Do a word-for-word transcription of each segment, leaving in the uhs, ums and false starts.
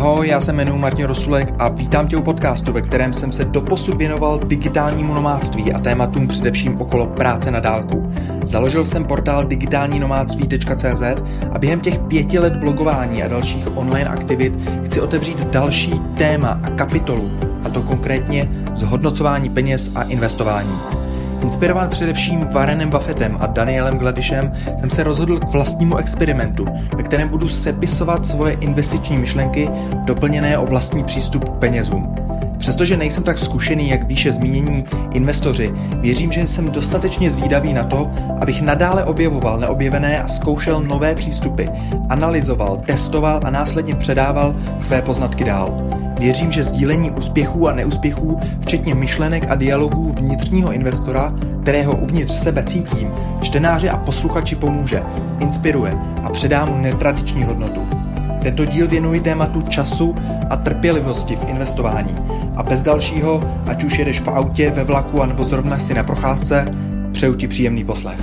Ahoj, já se jmenuji Martin Rosulek a vítám tě u podcastu, ve kterém jsem se doposud věnoval digitálnímu nomádství a tématům především okolo práce na dálku. Založil jsem portál digitální nomádství tečka cé zet a během těch pěti let blogování a dalších online aktivit chci otevřít další téma a kapitolu, a to konkrétně zhodnocování peněz a investování. Inspirován především Warrenem Buffettem a Danielem Gladišem jsem se rozhodl k vlastnímu experimentu, ve kterém budu sepisovat svoje investiční myšlenky doplněné o vlastní přístup k penězům. Přestože nejsem tak zkušený, jak výše zmínění investoři, věřím, že jsem dostatečně zvídavý na to, abych nadále objevoval neobjevené a zkoušel nové přístupy, analyzoval, testoval a následně předával své poznatky dál. Věřím, že sdílení úspěchů a neúspěchů, včetně myšlenek a dialogů vnitřního investora, kterého uvnitř sebe cítím, čtenáři a posluchači pomůže, inspiruje a předá mu netradiční hodnotu. Tento díl věnuji tématu času a trpělivosti v investování. A bez dalšího, ať už jedeš v autě, ve vlaku, anebo zrovna si na procházce, přeju ti příjemný poslech.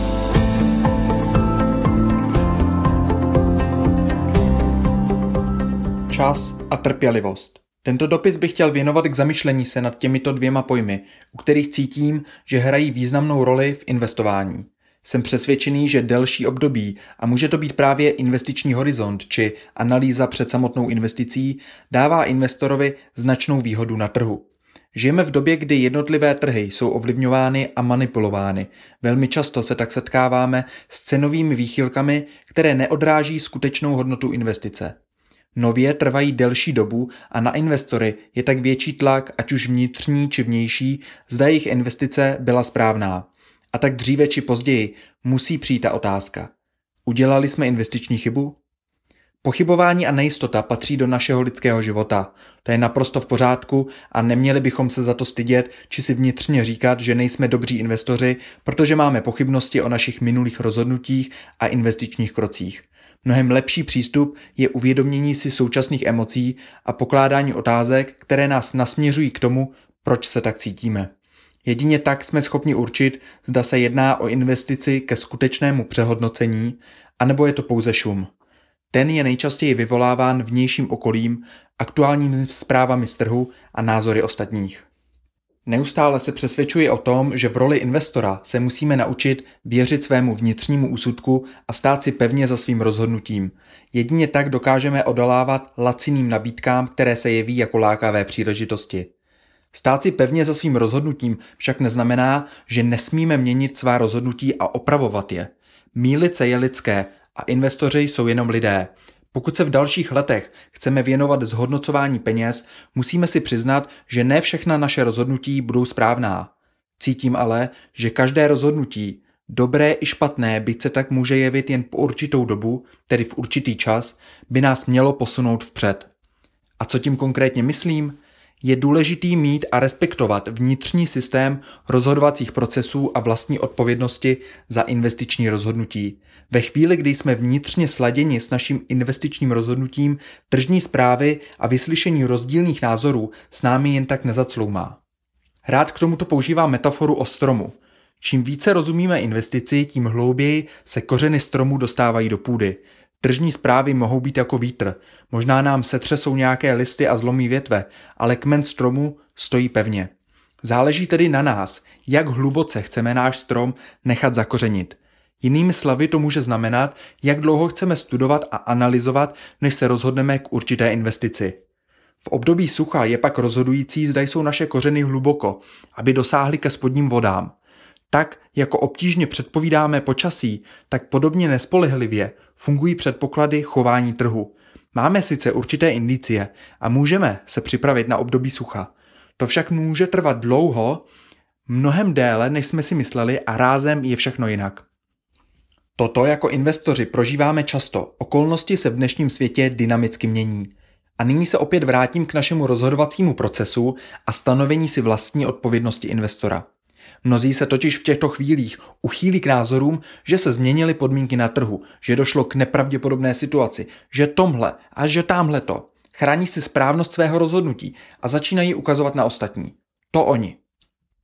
Čas a trpělivost. Tento dopis bych chtěl věnovat k zamyšlení se nad těmito dvěma pojmy, u kterých cítím, že hrají významnou roli v investování. Jsem přesvědčený, že delší období, a může to být právě investiční horizont či analýza před samotnou investicí, dává investorovi značnou výhodu na trhu. Žijeme v době, kdy jednotlivé trhy jsou ovlivňovány a manipulovány. Velmi často se tak setkáváme s cenovými výchylkami, které neodráží skutečnou hodnotu investice. Nově trvají delší dobu a na investory je tak větší tlak, ať už vnitřní či vnější, zda jejich investice byla správná. A tak dříve či později musí přijít ta otázka. Udělali jsme investiční chybu? Pochybování a nejistota patří do našeho lidského života. To je naprosto v pořádku a neměli bychom se za to stydět či si vnitřně říkat, že nejsme dobří investoři, protože máme pochybnosti o našich minulých rozhodnutích a investičních krocích. Mnohem lepší přístup je uvědomění si současných emocí a pokládání otázek, které nás nasměřují k tomu, proč se tak cítíme. Jedině tak jsme schopni určit, zda se jedná o investici ke skutečnému přehodnocení, anebo je to pouze šum. Ten je nejčastěji vyvoláván vnějším okolím, aktuálními zprávami z trhu a názory ostatních. Neustále se přesvědčuji o tom, že v roli investora se musíme naučit věřit svému vnitřnímu úsudku a stát si pevně za svým rozhodnutím. Jedině tak dokážeme odolávat laciným nabídkám, které se jeví jako lákavé příležitosti. Stát si pevně za svým rozhodnutím však neznamená, že nesmíme měnit svá rozhodnutí a opravovat je. Mýlit se je lidské a investoři jsou jenom lidé. Pokud se v dalších letech chceme věnovat zhodnocování peněz, musíme si přiznat, že ne všechna naše rozhodnutí budou správná. Cítím ale, že každé rozhodnutí, dobré i špatné, byť se tak může jevit jen po určitou dobu, tedy v určitý čas, by nás mělo posunout vpřed. A co tím konkrétně myslím? Je důležitý mít a respektovat vnitřní systém rozhodovacích procesů a vlastní odpovědnosti za investiční rozhodnutí. Ve chvíli, kdy jsme vnitřně sladěni s naším investičním rozhodnutím, tržní zprávy a vyslyšení rozdílných názorů s námi jen tak nezacloumá. Rád k tomuto používám metaforu o stromu. Čím více rozumíme investici, tím hlouběji se kořeny stromu dostávají do půdy. Tržní zprávy mohou být jako vítr. Možná nám setřesou nějaké listy a zlomí větve, ale kmen stromu stojí pevně. Záleží tedy na nás, jak hluboce chceme náš strom nechat zakořenit. Jinými slovy to může znamenat, jak dlouho chceme studovat a analyzovat, než se rozhodneme k určité investici. V období sucha je pak rozhodující, zda jsou naše kořeny hluboko, aby dosáhly ke spodním vodám. Tak, jako obtížně předpovídáme počasí, tak podobně nespolehlivě fungují předpoklady chování trhu. Máme sice určité indicie a můžeme se připravit na období sucha. To však může trvat dlouho, mnohem déle, než jsme si mysleli, a rázem je všechno jinak. Toto jako investoři prožíváme často. Okolnosti se v dnešním světě dynamicky mění. A nyní se opět vrátím k našemu rozhodovacímu procesu a stanovení si vlastní odpovědnosti investora. Mnozí se totiž v těchto chvílích uchýlí k názorům, že se změnily podmínky na trhu, že došlo k nepravděpodobné situaci, že tomhle a že támhleto. Chrání si správnost svého rozhodnutí a začínají ukazovat na ostatní. To oni.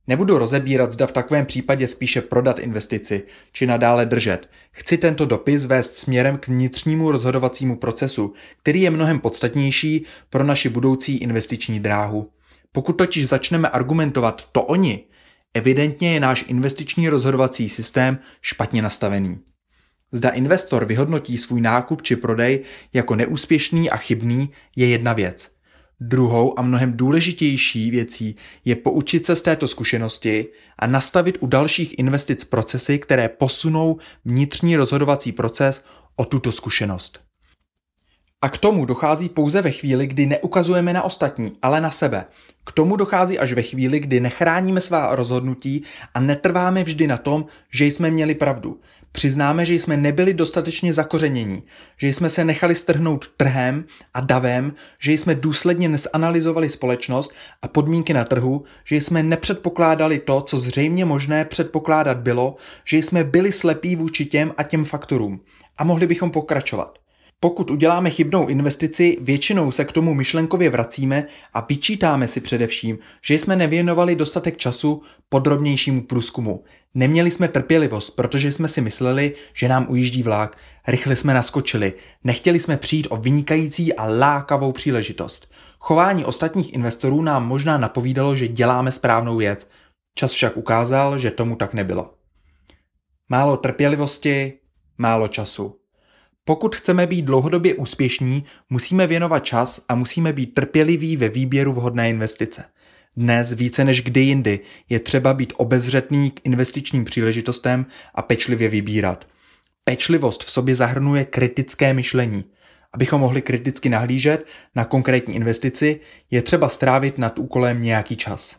Nebudu rozebírat, zda v takovém případě spíše prodat investici, či nadále držet. Chci tento dopis vést směrem k vnitřnímu rozhodovacímu procesu, který je mnohem podstatnější pro naši budoucí investiční dráhu. Pokud totiž začneme argumentovat to oni, evidentně je náš investiční rozhodovací systém špatně nastavený. Zda investor vyhodnotí svůj nákup či prodej jako neúspěšný a chybný, je jedna věc. Druhou a mnohem důležitější věcí je poučit se z této zkušenosti a nastavit u dalších investic procesy, které posunou vnitřní rozhodovací proces o tuto zkušenost. A k tomu dochází pouze ve chvíli, kdy neukazujeme na ostatní, ale na sebe. K tomu dochází až ve chvíli, kdy nechráníme svá rozhodnutí a netrváme vždy na tom, že jsme měli pravdu. Přiznáme, že jsme nebyli dostatečně zakořenění, že jsme se nechali strhnout trhem a davem, že jsme důsledně nezanalyzovali společnost a podmínky na trhu, že jsme nepředpokládali to, co zřejmě možné předpokládat bylo, že jsme byli slepí vůči těm a těm faktorům. A mohli bychom pokračovat. Pokud uděláme chybnou investici, většinou se k tomu myšlenkově vracíme a vyčítáme si především, že jsme nevěnovali dostatek času podrobnějšímu průzkumu. Neměli jsme trpělivost, protože jsme si mysleli, že nám ujíždí vlak, rychle jsme naskočili, nechtěli jsme přijít o vynikající a lákavou příležitost. Chování ostatních investorů nám možná napovídalo, že děláme správnou věc. Čas však ukázal, že tomu tak nebylo. Málo trpělivosti, málo času. Pokud chceme být dlouhodobě úspěšní, musíme věnovat čas a musíme být trpěliví ve výběru vhodné investice. Dnes více než kdy jindy je třeba být obezřetný k investičním příležitostem a pečlivě vybírat. Pečlivost v sobě zahrnuje kritické myšlení. Abychom mohli kriticky nahlížet na konkrétní investici, je třeba strávit nad úkolem nějaký čas.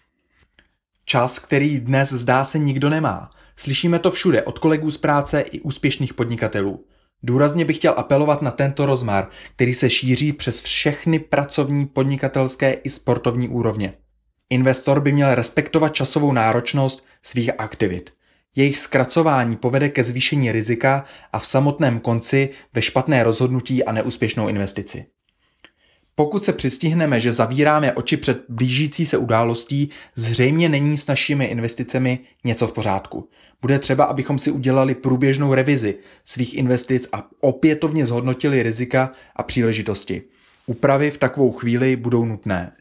Čas, který dnes zdá se nikdo nemá. Slyšíme to všude od kolegů z práce i úspěšných podnikatelů. Důrazně bych chtěl apelovat na tento rozmar, který se šíří přes všechny pracovní, podnikatelské i sportovní úrovně. Investor by měl respektovat časovou náročnost svých aktivit. Jejich zkracování povede ke zvýšení rizika a v samotném konci ve špatné rozhodnutí a neúspěšnou investici. Pokud se přistihneme, že zavíráme oči před blížící se událostí, zřejmě není s našimi investicemi něco v pořádku. Bude třeba, abychom si udělali průběžnou revizi svých investic a opětovně zhodnotili rizika a příležitosti. Úpravy v takovou chvíli budou nutné.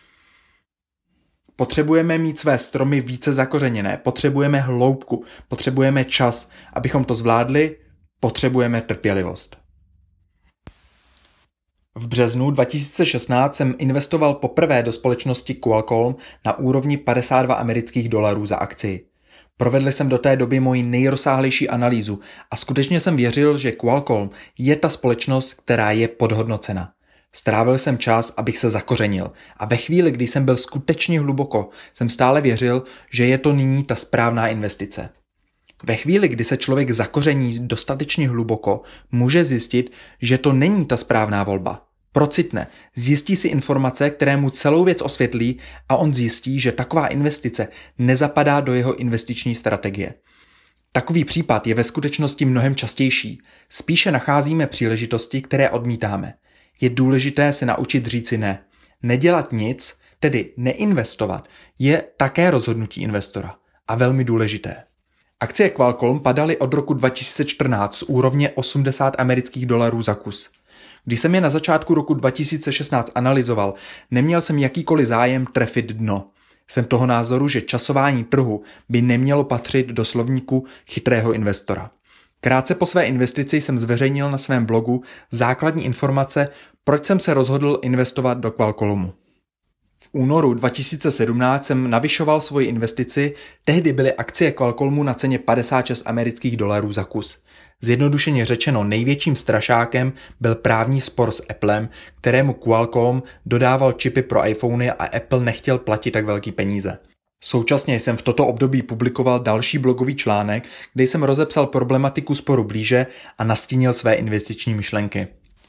Potřebujeme mít své stromy více zakořeněné, potřebujeme hloubku, potřebujeme čas, abychom to zvládli, potřebujeme trpělivost. V březnu dva tisíce šestnáct jsem investoval poprvé do společnosti Qualcomm na úrovni padesát dva amerických dolarů za akci. Provedl jsem do té doby moji nejrozsáhlejší analýzu a skutečně jsem věřil, že Qualcomm je ta společnost, která je podhodnocena. Strávil jsem čas, abych se zakořenil a ve chvíli, kdy jsem byl skutečně hluboko, jsem stále věřil, že je to nyní ta správná investice. Ve chvíli, kdy se člověk zakoření dostatečně hluboko, může zjistit, že to není ta správná volba. Procitne, zjistí si informace, které mu celou věc osvětlí a on zjistí, že taková investice nezapadá do jeho investiční strategie. Takový případ je ve skutečnosti mnohem častější. Spíše nacházíme příležitosti, které odmítáme. Je důležité se naučit říci ne. Nedělat nic, tedy neinvestovat, je také rozhodnutí investora a velmi důležité. Akcie Qualcomm padaly od roku dva tisíce čtrnáct z úrovně osmdesát amerických dolarů za kus. Když jsem je na začátku roku dva tisíce šestnáct analyzoval, neměl jsem jakýkoliv zájem trefit dno. Jsem toho názoru, že časování trhu by nemělo patřit do slovníku chytrého investora. Krátce po své investici jsem zveřejnil na svém blogu základní informace, proč jsem se rozhodl investovat do Qualcommu. V únoru dva tisíce sedmnáct jsem navyšoval svoji investici, tehdy byly akcie Qualcommu na ceně padesát šest amerických dolarů za kus. Zjednodušeně řečeno, největším strašákem byl právní spor s Applem, kterému Qualcomm dodával čipy pro iPhony a Apple nechtěl platit tak velký peníze. Současně jsem v toto období publikoval další blogový článek, kde jsem rozepsal problematiku sporu blíže a nastínil své investiční myšlenky.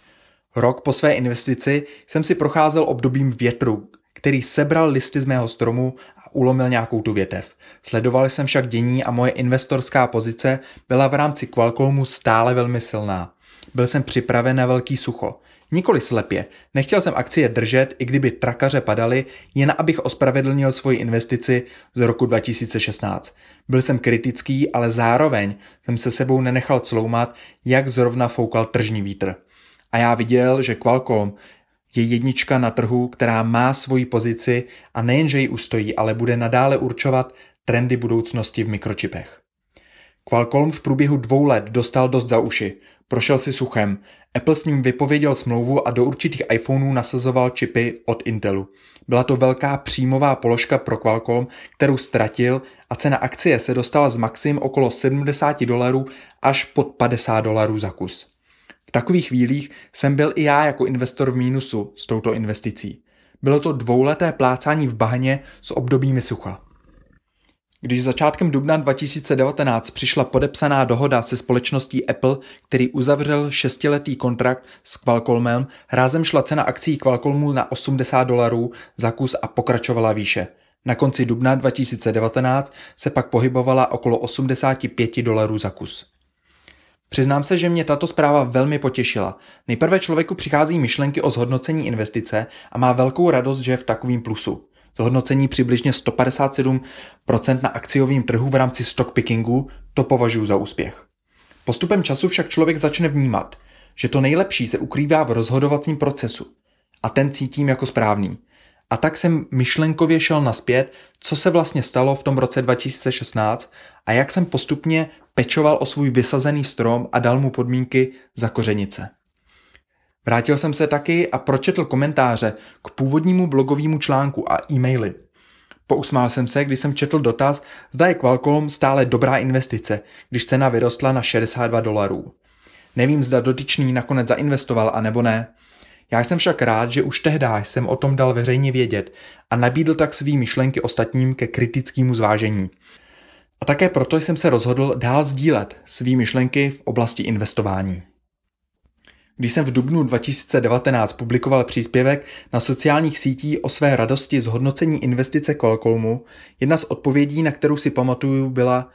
Rok po své investici jsem si procházel obdobím větru, který sebral listy z mého stromu a ulomil nějakou tu větev. Sledoval jsem však dění a moje investorská pozice byla v rámci Qualcommu stále velmi silná. Byl jsem připraven na velký sucho. Nikoli slepě, nechtěl jsem akcie držet, i kdyby trakaře padaly, jen abych ospravedlnil svoji investici z roku dva tisíce šestnáct. Byl jsem kritický, ale zároveň jsem se sebou nenechal cloumat, jak zrovna foukal tržní vítr. A já viděl, že Qualcomm je jednička na trhu, která má svoji pozici a nejenže ji ustojí, ale bude nadále určovat trendy budoucnosti v mikročipech. Qualcomm v průběhu dvou let dostal dost za uši, prošel si suchem, Apple s ním vypověděl smlouvu a do určitých iPhoneů nasazoval čipy od Intelu. Byla to velká příjmová položka pro Qualcomm, kterou ztratil a cena akcie se dostala z maxim okolo sedmdesát dolarů až pod padesát dolarů za kus. V takových chvílích jsem byl i já jako investor v mínusu s touto investicí. Bylo to dvouleté plácání v bahně s obdobími sucha. Když začátkem dubna dva tisíce devatenáct přišla podepsaná dohoda se společností Apple, který uzavřel šestiletý kontrakt s Qualcommem, rázem šla cena akcií Qualcommu na osmdesát dolarů za kus a pokračovala výše. Na konci dubna dva tisíce devatenáct se pak pohybovala okolo osmdesát pět dolarů za kus. Přiznám se, že mě tato zpráva velmi potěšila. Nejprve člověku přichází myšlenky o zhodnocení investice a má velkou radost, že je v takovým plusu. Zhodnocení přibližně sto padesát sedm procent na akciovém trhu v rámci stockpickingu, to považuji za úspěch. Postupem času však člověk začne vnímat, že to nejlepší se ukrývá v rozhodovacím procesu a ten cítím jako správný. A tak jsem myšlenkově šel nazpět, co se vlastně stalo v tom roce dva tisíce šestnáct a jak jsem postupně pečoval o svůj vysazený strom a dal mu podmínky zakořenit se. Vrátil jsem se taky a pročetl komentáře k původnímu blogovému článku a e-maily. Pousmál jsem se, když jsem četl dotaz, zda je Qualcomm stále dobrá investice, když cena vyrostla na šedesát dva dolarů. Nevím, zda dotyčný nakonec zainvestoval a nebo ne. Já jsem však rád, že už tehdy jsem o tom dal veřejně vědět a nabídl tak svý myšlenky ostatním ke kritickému zvážení. A také proto jsem se rozhodl dál sdílet svý myšlenky v oblasti investování. Když jsem v dubnu dva tisíce devatenáct publikoval příspěvek na sociálních sítích o své radosti z hodnocení investice Qualcommu, jedna z odpovědí, na kterou si pamatuju, byla: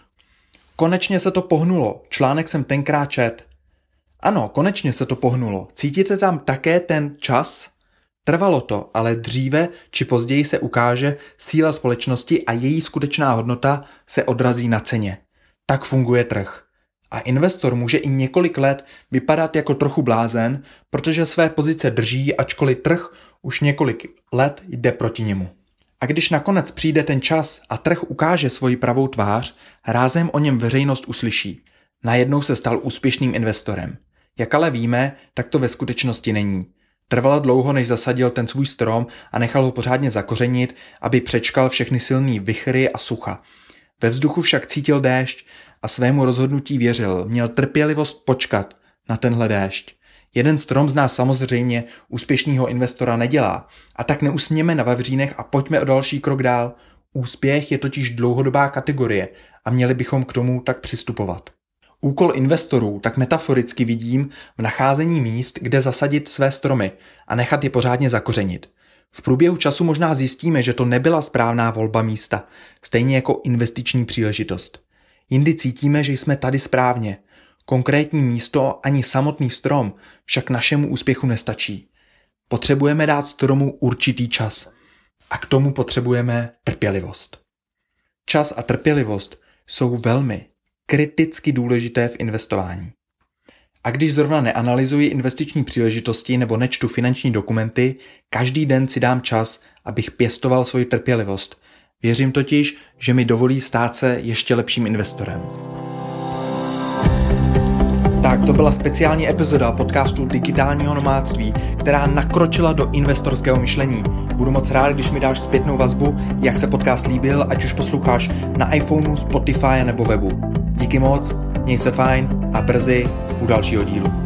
konečně se to pohnulo, článek jsem tenkrát čet. Ano, konečně se to pohnulo. Cítíte tam také ten čas? Trvalo to, ale dříve či později se ukáže síla společnosti a její skutečná hodnota se odrazí na ceně. Tak funguje trh. A investor může i několik let vypadat jako trochu blázen, protože své pozice drží, ačkoliv trh už několik let jde proti němu. A když nakonec přijde ten čas a trh ukáže svoji pravou tvář, rázem o něm veřejnost uslyší. Najednou se stal úspěšným investorem. Jak ale víme, tak to ve skutečnosti není. Trvalo dlouho, než zasadil ten svůj strom a nechal ho pořádně zakořenit, aby přečkal všechny silný vichry a sucha. Ve vzduchu však cítil déšť a svému rozhodnutí věřil. Měl trpělivost počkat na tenhle déšť. Jeden strom z nás samozřejmě úspěšného investora nedělá. A tak neusněme na vavřínech a pojďme o další krok dál. Úspěch je totiž dlouhodobá kategorie a měli bychom k tomu tak přistupovat. Úkol investorů tak metaforicky vidím v nacházení míst, kde zasadit své stromy a nechat je pořádně zakořenit. V průběhu času možná zjistíme, že to nebyla správná volba místa, stejně jako investiční příležitost. Jindy cítíme, že jsme tady správně. Konkrétní místo ani samotný strom však našemu úspěchu nestačí. Potřebujeme dát stromu určitý čas. A k tomu potřebujeme trpělivost. Čas a trpělivost jsou velmi kriticky důležité v investování. A když zrovna neanalyzuji investiční příležitosti nebo nečtu finanční dokumenty, každý den si dám čas, abych pěstoval svoji trpělivost. Věřím totiž, že mi dovolí stát se ještě lepším investorem. Tak to byla speciální epizoda podcastu Digitálního nomádství, která nakročila do investorského myšlení. Budu moc rád, když mi dáš zpětnou vazbu, jak se podcast líbil, ať už posloucháš na iPhoneu, Spotify nebo webu. Díky moc, měj se fajn a brzy u dalšího dílu.